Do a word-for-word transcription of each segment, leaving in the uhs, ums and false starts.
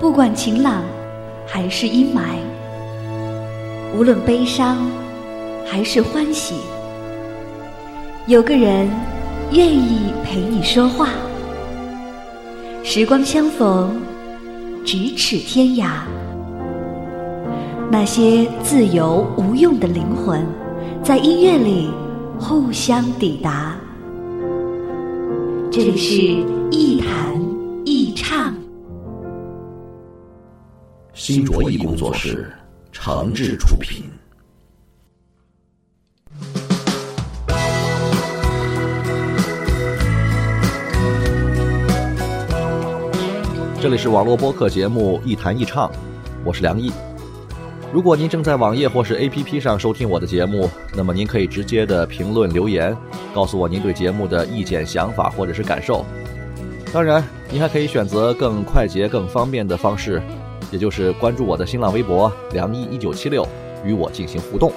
不管晴朗还是阴霾，无论悲伤还是欢喜，有个人愿意陪你说话。时光相逢，咫尺天涯。那些自由无用的灵魂，在音乐里互相抵达。这里是一弹一唱， 新卓艺工作室诚挚出品。这里是网络播客节目一弹一唱，我是梁毅。如果您正在网页或是 A P P 上收听我的节目，那么您可以直接的评论留言，告诉我您对节目的意见想法或者是感受。当然您还可以选择更快捷更方便的方式，也就是关注我的新浪微博梁毅一九七六，与我进行互动。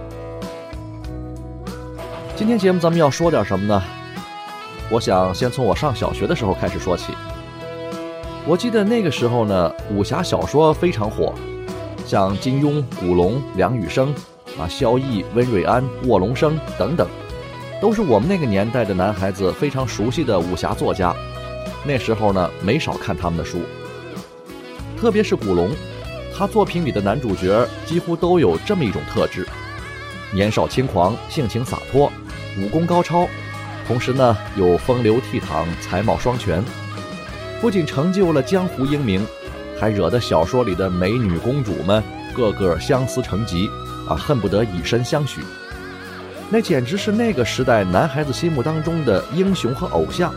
今天节目咱们要说点什么呢？我想先从我上小学的时候开始说起。我记得那个时候呢，武侠小说非常火，像金庸、古龙、梁羽生啊、萧绎、温瑞安、卧龙生等等，都是我们那个年代的男孩子非常熟悉的武侠作家。那时候呢，没少看他们的书。特别是古龙，他作品里的男主角几乎都有这么一种特质：年少轻狂，性情洒脱，武功高超，同时呢又风流倜傥，才貌双全。不仅成就了江湖英名，还惹得小说里的美女公主们个个相思成疾啊，恨不得以身相许。那简直是那个时代男孩子心目当中的英雄和偶像。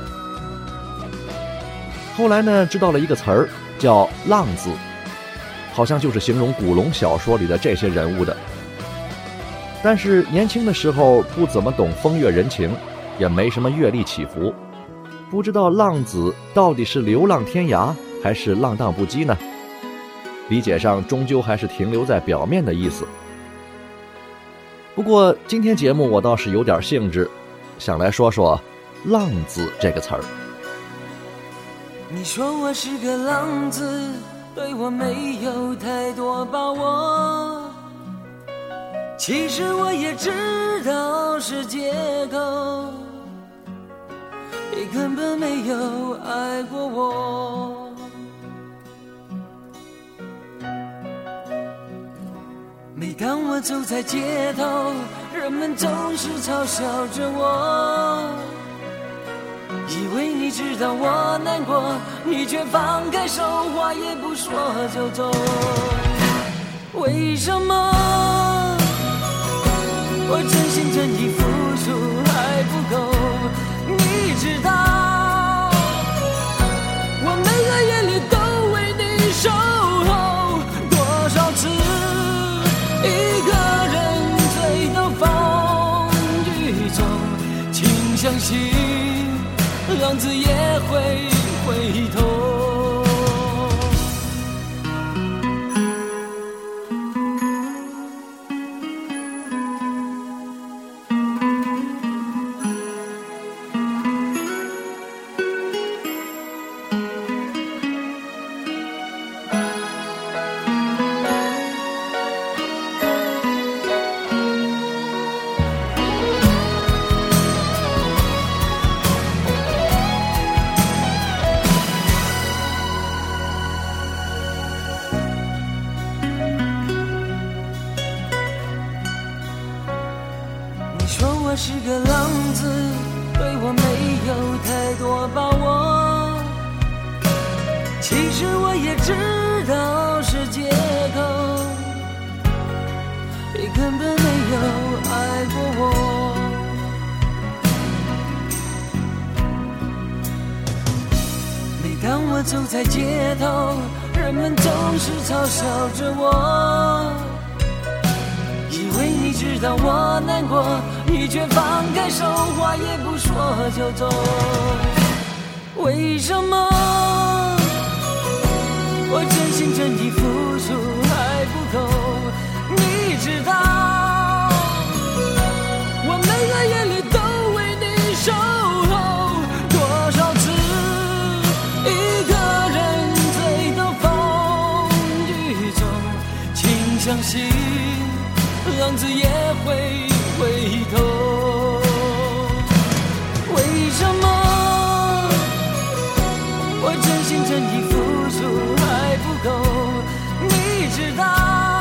后来呢，知道了一个词儿叫浪子，好像就是形容古龙小说里的这些人物的。但是年轻的时候不怎么懂风月人情，也没什么阅历起伏，不知道浪子到底是流浪天涯还是浪荡不羁呢？理解上终究还是停留在表面的意思。不过今天节目我倒是有点兴致，想来说说浪子这个词儿。 你说我是个浪子，对我没有太多把握，其实我也知道是借口，你根本没有爱过我。每当我走在街头，人们总是嘲笑着我，以为你知道我难过，你却放开手，话也不说就走。为什么我真心真意付出还不够？你知道我每个夜里都为你守候，多少次一个人醉到风雨中，请相信浪子也会回头。我是个浪子，对我没有太多把握，其实我也知道是借口，你根本没有爱过我。每当我走在街头，人们总是嘲笑着我，以为你知道我难过，你却放开手，话也不说就走。为什么我真心真意付出还不够？你知道我每个夜里都为你守候，多少次一个人醉到风相信浪子也会回头。为什么我真心真意付出还不够？你知道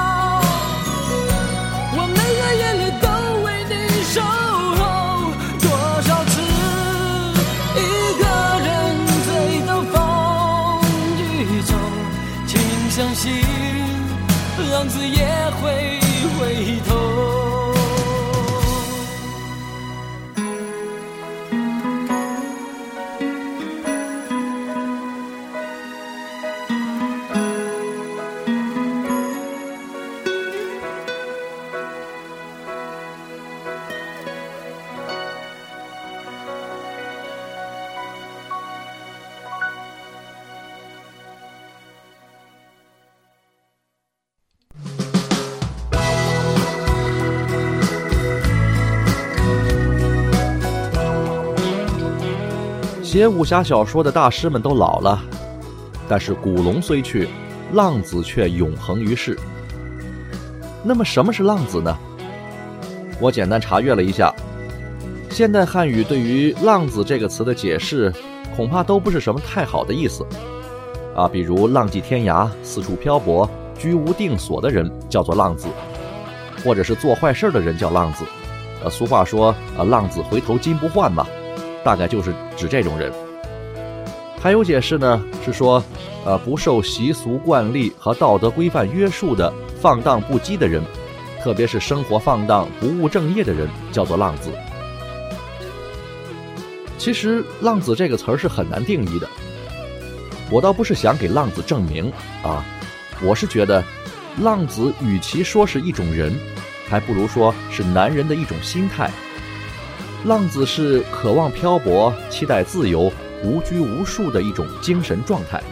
我每个眼泪都为你守候，多少次一个人醉到风雨中，请相信浪子也会回头。 写武侠小说的大师们都老了，但是古龙虽去，浪子却永恒于世。那么什么是浪子呢？我简单查阅了一下，现代汉语对于浪子这个词的解释恐怕都不是什么太好的意思啊，比如浪迹天涯、四处漂泊、居无定所的人叫做浪子，或者是做坏事的人叫浪子。呃，俗话说啊，浪子回头金不换嘛，大概就是指这种人。还有解释呢，是说呃，不受习俗惯例和道德规范约束的放荡不羁的人，特别是生活放荡不务正业的人叫做浪子。其实浪子这个词儿是很难定义的，我倒不是想给浪子正名啊，我是觉得浪子与其说是一种人，还不如说是男人的一种心态。浪子是渴望漂泊、期待自由、无拘无束的一种精神状态。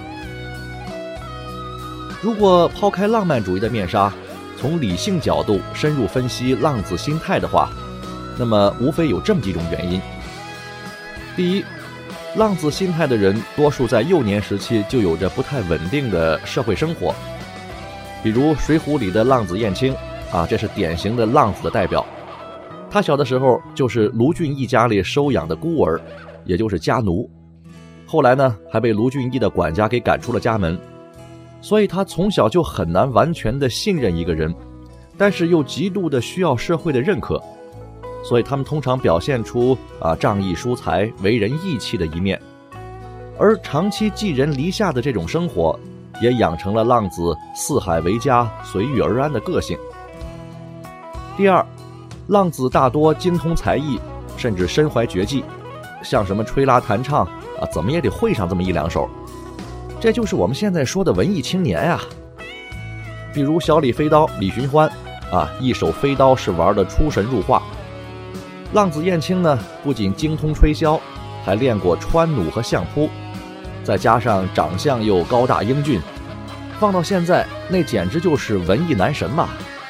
如果抛开浪漫主义的面纱，从理性角度深入分析浪子心态的话，那么无非有这么几种原因。第一，浪子心态的人多数在幼年时期就有着不太稳定的社会生活，比如《水浒》里的浪子燕青啊，这是典型的浪子的代表。他小的时候就是卢俊义家里收养的孤儿，也就是家奴，后来呢还被卢俊义的管家给赶出了家门，所以他从小就很难完全的信任一个人，但是又极度的需要社会的认可，所以他们通常表现出啊仗义疏财、为人义气的一面。而长期寄人篱下的这种生活，也养成了浪子四海为家、随遇而安的个性。第二，浪子大多精通才艺，甚至身怀绝技，像什么吹拉弹唱啊，怎么也得会上这么一两手。这就是我们现在说的文艺青年呀。比如小李飞刀李寻欢啊，一手飞刀是玩的出神入化。浪子燕青呢，不仅精通吹箫，还练过穿弩和相扑，再加上长相又高大英俊，放到现在那简直就是文艺男神嘛。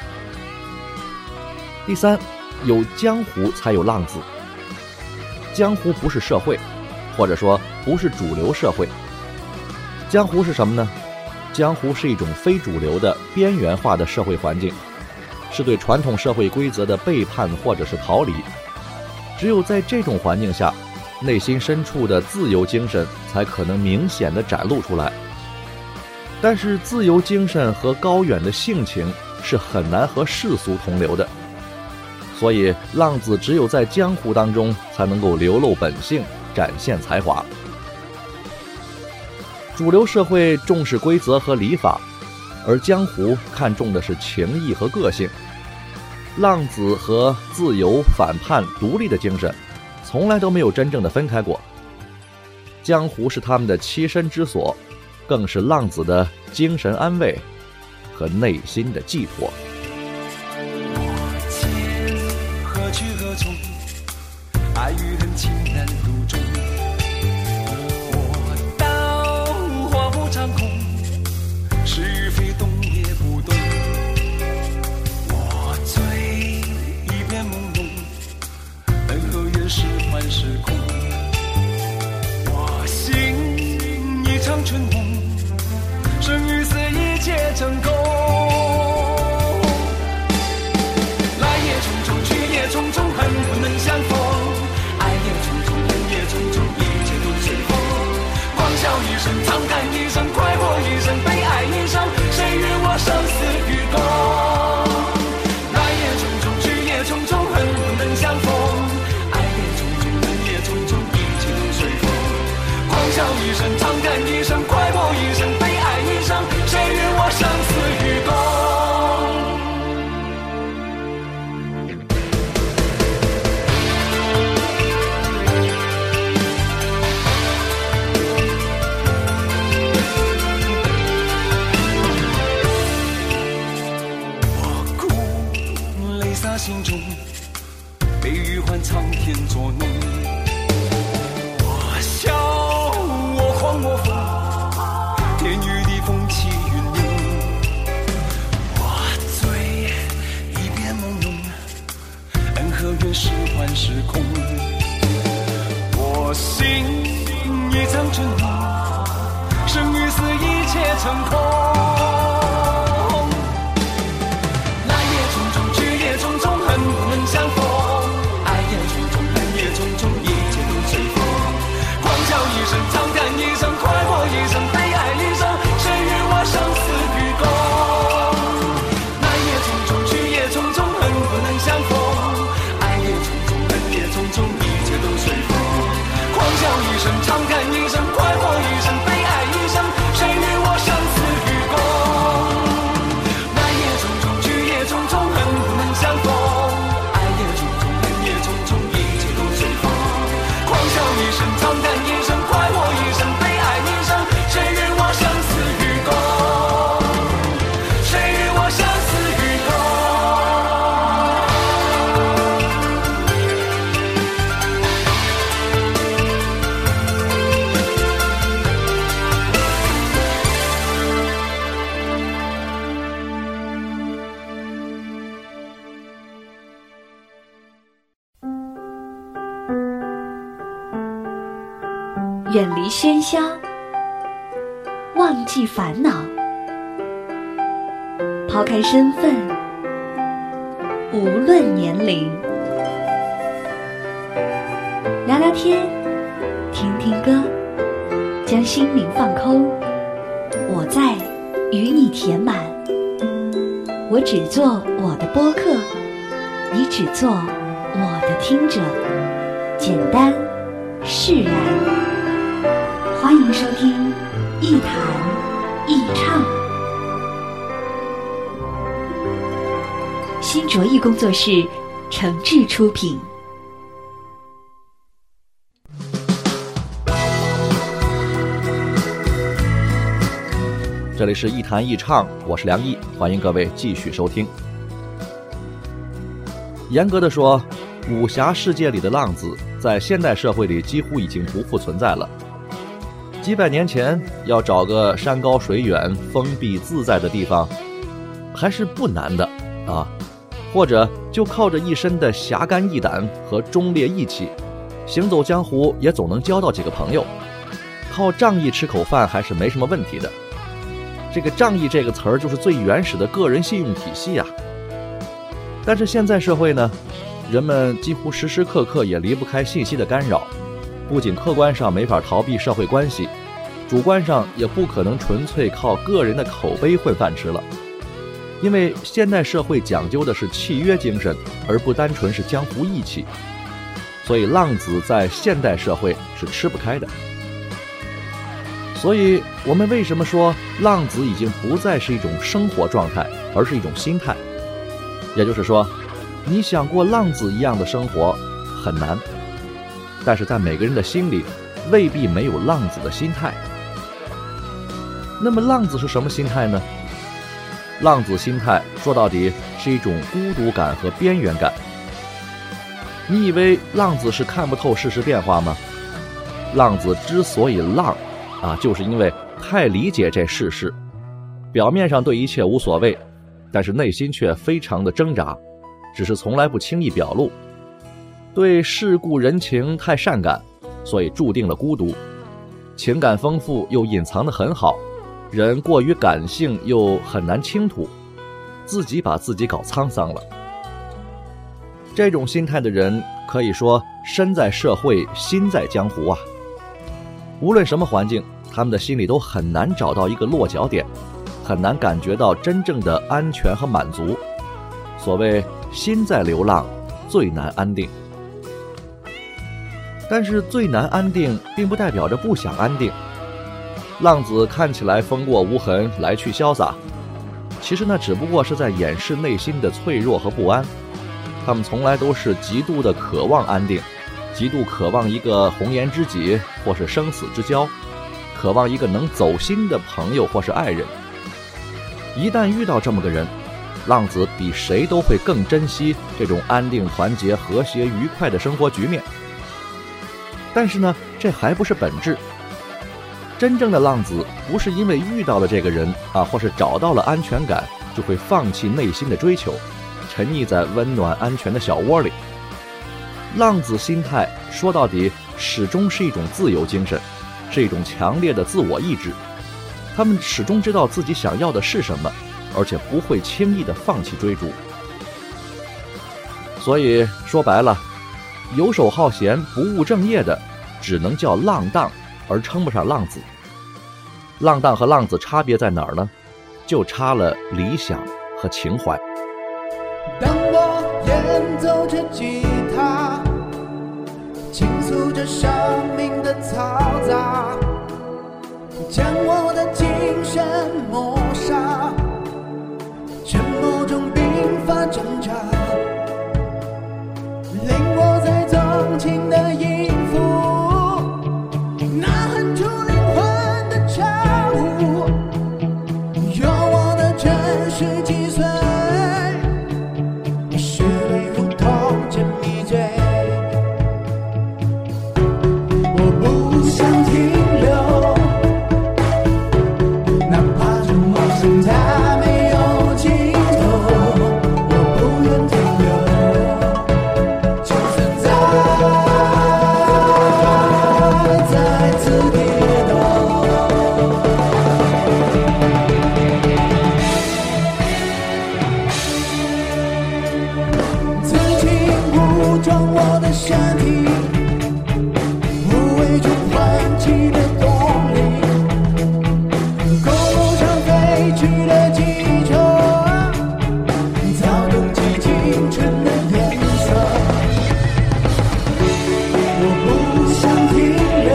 第三，有江湖才有浪子。江湖不是社会，或者说不是主流社会。江湖是什么呢？江湖是一种非主流的边缘化的社会环境，是对传统社会规则的背叛或者是逃离。只有在这种环境下，内心深处的自由精神才可能明显地展露出来。但是自由精神和高远的性情是很难和世俗同流的，所以浪子只有在江湖当中才能够流露本性，展现才华。主流社会重视规则和礼法，而江湖看重的是情义和个性。浪子和自由、反叛、独立的精神从来都没有真正的分开过。江湖是他们的栖身之所，更是浪子的精神安慰和内心的寄托。 我见何去何从，爱与恨情难独钟。我道花无常空，是非懂也不懂。我醉一片朦胧，恩和怨是幻是空。我醒一场春梦，生与死一切成空。 一生，长叹一生，快活一生，悲哀一生，谁与我生死与共？来也匆匆，去也匆匆，恨不能相逢。爱也匆匆，恨也匆匆，一切都随风。狂笑一生，长叹一生，快活一生，悲哀一生，谁与我生死与共？心中悲与欢，苍天作弄。我笑，我狂，我疯，天与地，风起云涌。我醉，一片朦胧，恩和怨，是幻是空。我心，一场春梦，生与死，一切成空。相逢，爱也匆匆，恨也匆匆，一切都随风。狂笑一声，长叹一声，快活一生，悲哀一生，谁与我生死与共？来也匆匆，去也匆匆，恨不能相逢。爱也匆匆，恨也匆匆，一切都随风。狂笑一声，长叹一声，快活一生，悲哀一生，谁与我生死与共？来也匆匆，去也匆匆，恨不能相逢。长叹一生，快活一生，悲哀一生，谁与我生死与共？谁与我生死与远离喧嚣，忘记烦恼，抛开身份，无论年龄，聊聊天，听听歌，将心灵放空。我在与你填满，我只做我的播客，你只做我的听者，简单释然。欢迎收听一谈一唱，新卓艺工作室诚挚出品。 这里是一谈一唱，我是梁毅，欢迎各位继续收听。严格的说，武侠世界里的浪子在现代社会里几乎已经不复存在了。几百年前要找个山高水远封闭自在的地方还是不难的啊，或者就靠着一身的侠肝义胆和忠烈义气，行走江湖也总能交到几个朋友，靠仗义吃口饭还是没什么问题的。这个仗义这个词儿就是最原始的个人信用体系啊。但是现在社会呢，人们几乎时时刻刻也离不开信息的干扰，不仅客观上没法逃避社会关系，主观上也不可能纯粹靠个人的口碑混饭吃了。因为现代社会讲究的是契约精神，而不单纯是江湖义气，所以浪子在现代社会是吃不开的。所以我们为什么说浪子已经不再是一种生活状态，而是一种心态？也就是说，你想过浪子一样的生活很难，但是在每个人的心里未必没有浪子的心态。那么浪子是什么心态呢？浪子心态说到底是一种孤独感和边缘感。你以为浪子是看不透世事变化吗？浪子之所以浪啊，就是因为太理解这世事，表面上对一切无所谓，但是内心却非常的挣扎，只是从来不轻易表露。对世故人情太善感，所以注定了孤独。情感丰富又隐藏得很好，人过于感性又很难倾吐，自己把自己搞沧桑了。这种心态的人可以说身在社会心在江湖啊。无论什么环境， 他们的心里都很难找到一个落脚点，很难感觉到真正的安全和满足。所谓心在流浪，最难安定。但是最难安定并不代表着不想安定。浪子看起来风过无痕，来去潇洒，其实那只不过是在掩饰内心的脆弱和不安。他们从来都是极度的渴望安定，极度渴望一个红颜知己或是生死之交，渴望一个能走心的朋友或是爱人。一旦遇到这么个人，浪子比谁都会更珍惜这种安定、团结、和谐、愉快的生活局面。但是呢，这还不是本质。真正的浪子不是因为遇到了这个人啊，或是找到了安全感，就会放弃内心的追求，沉溺在温暖安全的小窝里。浪子心态说到底始终是一种自由精神，是一种强烈的自我意志。他们始终知道自己想要的是什么，而且不会轻易的放弃追逐。所以说白了，游手好闲、不务正业的，只能叫浪荡，而称不上浪子。浪荡和浪子差别在哪儿呢？就差了理想和情怀。 当我演奏着吉他，倾诉着生命的嘈杂，将我的精神抹杀，沉默中鬓发挣扎，令我在纵情的音符呐喊出灵魂的产物，用我的真实击碎血泪如同针迷醉。我不想停留，哪怕这梦想它没有尽头，我不愿停留，就算再再次跌倒。曾经武装我的身体，无畏中唤起的动力，公路上飞去的机车，躁动起青春的颜色。我不想停留，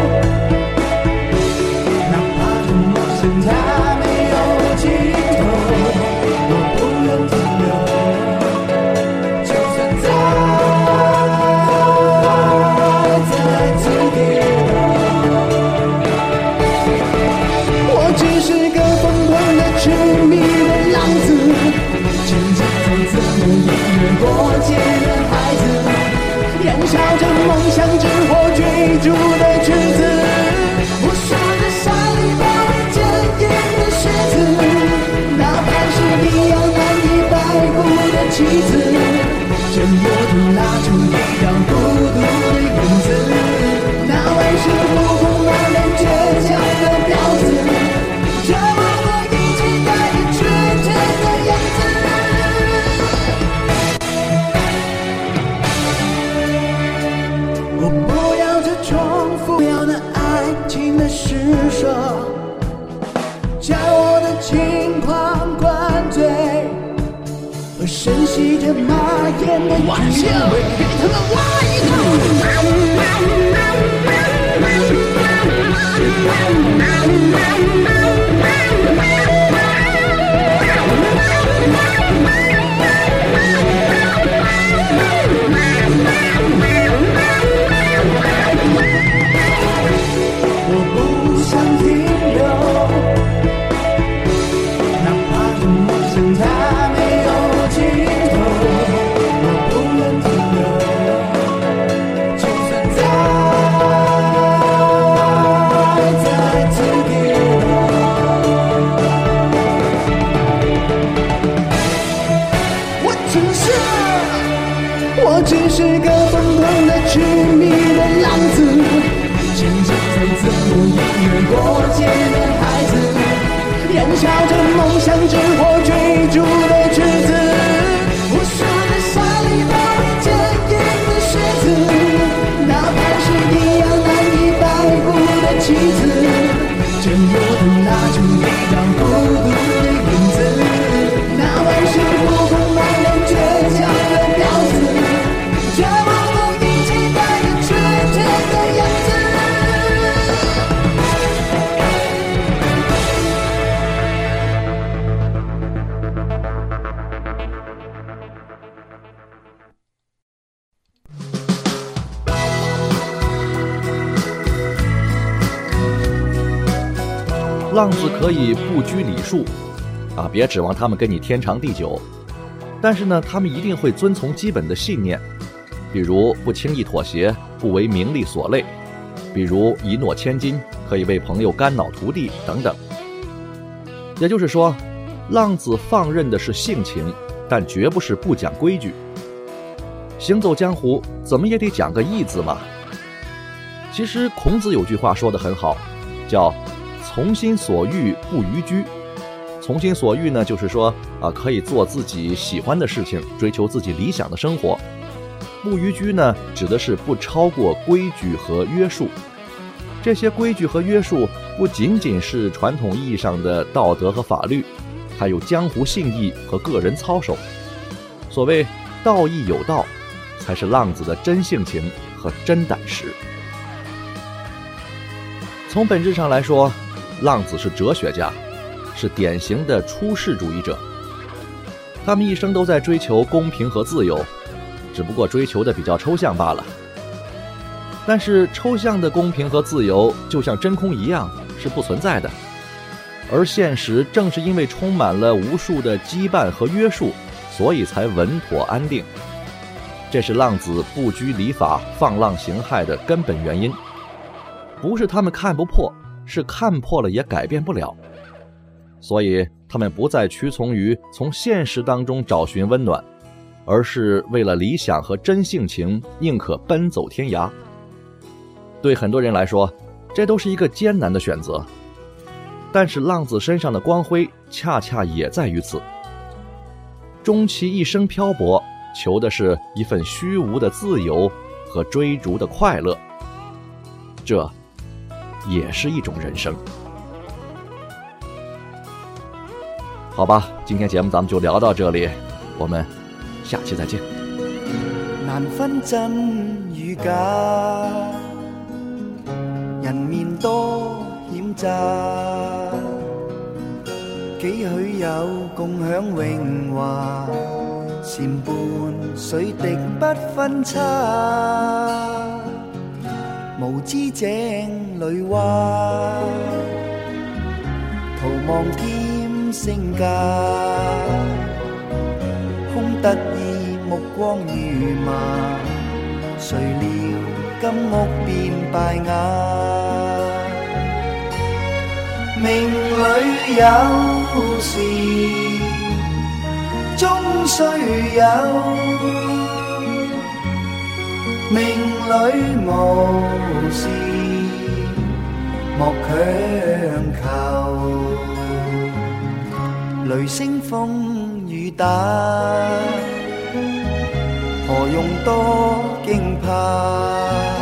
哪怕这梦想它没有尽头，我不愿停留，就算再再次跌倒。我只是个疯狂的痴迷的浪子，轻轻松松的音乐过街的孩子，燃烧着梦想之火追逐的赤子，我说着沙里包围坚硬的狮子，哪怕是一样难以摆布的妻子，正有头拉出一张孤独的影子，那玩世不恭那人倔强的婊子，这不过一起带着纯真的样子。我不要这重复，不要那爱情的施舍，将我的轻狂灌醉，而深吸着麻烟的滋味。给他们挖一我不想停留，哪怕这梦想它没有尽头，我不愿停留，就算再再次跌倒。我只是我只是个疯狂的痴迷的浪子，轻轻松松的音乐过街的孩子，燃烧着梦想之火追逐的赤子，我说着沙里包围坚硬的狮子，哪怕是一样难以摆布的妻子， 浪子可以不拘礼数啊，别指望他们跟你天长地久，但是呢，他们一定会遵从基本的信念，比如不轻易妥协，不为名利所累，比如一诺千金，可以为朋友肝脑涂地等等。也就是说，浪子放任的是性情，但绝不是不讲规矩。行走江湖怎么也得讲个义字嘛。其实孔子有句话说得很好，叫从心所欲不逾矩。从心所欲呢，就是说啊，可以做自己喜欢的事情，追求自己理想的生活。不逾矩呢，指的是不超过规矩和约束。这些规矩和约束不仅仅是传统意义上的道德和法律，还有江湖信义和个人操守。所谓道义有道，才是浪子的真性情和真胆识。从本质上来说，浪子是哲学家，是典型的出世主义者。他们一生都在追求公平和自由，只不过追求的比较抽象罢了。但是抽象的公平和自由就像真空一样，是不存在的。而现实正是因为充满了无数的羁绊和约束，所以才稳妥安定。这是浪子不拘礼法、放浪形骸的根本原因。不是他们看不破，是看破了也改变不了。所以他们不再屈从于从现实当中找寻温暖，而是为了理想和真性情，宁可奔走天涯。对很多人来说，这都是一个艰难的选择，但是浪子身上的光辉恰恰也在于此。终其一生漂泊，求的是一份虚无的自由和追逐的快乐，这也是一种人生。好吧，今天节目咱们就聊到这里，我们下期再见。 難分真與假，人面多險詐，幾許有共享榮華，禪伴水滴不分差，無知井裏蛙，徒望添聲價，空得意目光如麻，誰料金屋變敗瓦。命裏有時終須有，命裏無事莫強求。雷聲風雨打，何用多驚怕？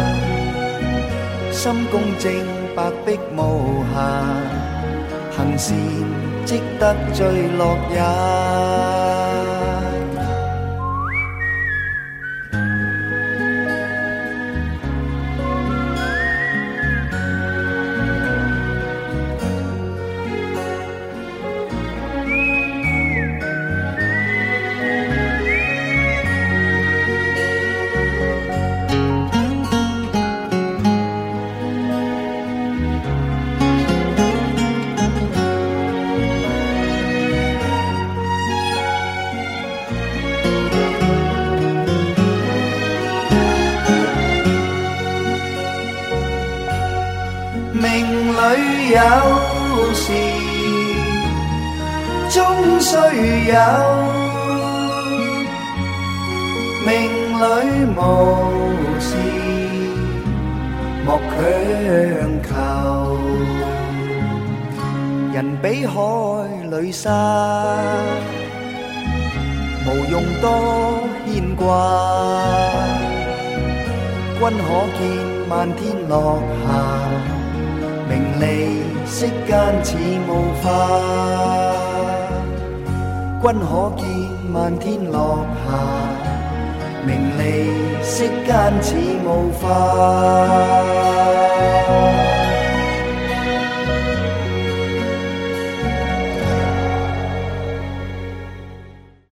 心公正，白璧無瑕，行善積得最樂也。命裏有時終須有，命裏無事莫強求。人比海裏沙，無用多牽掛。君可見漫天落霞，名利息間似霧化，君可見漫天落霞，名利息間似霧化。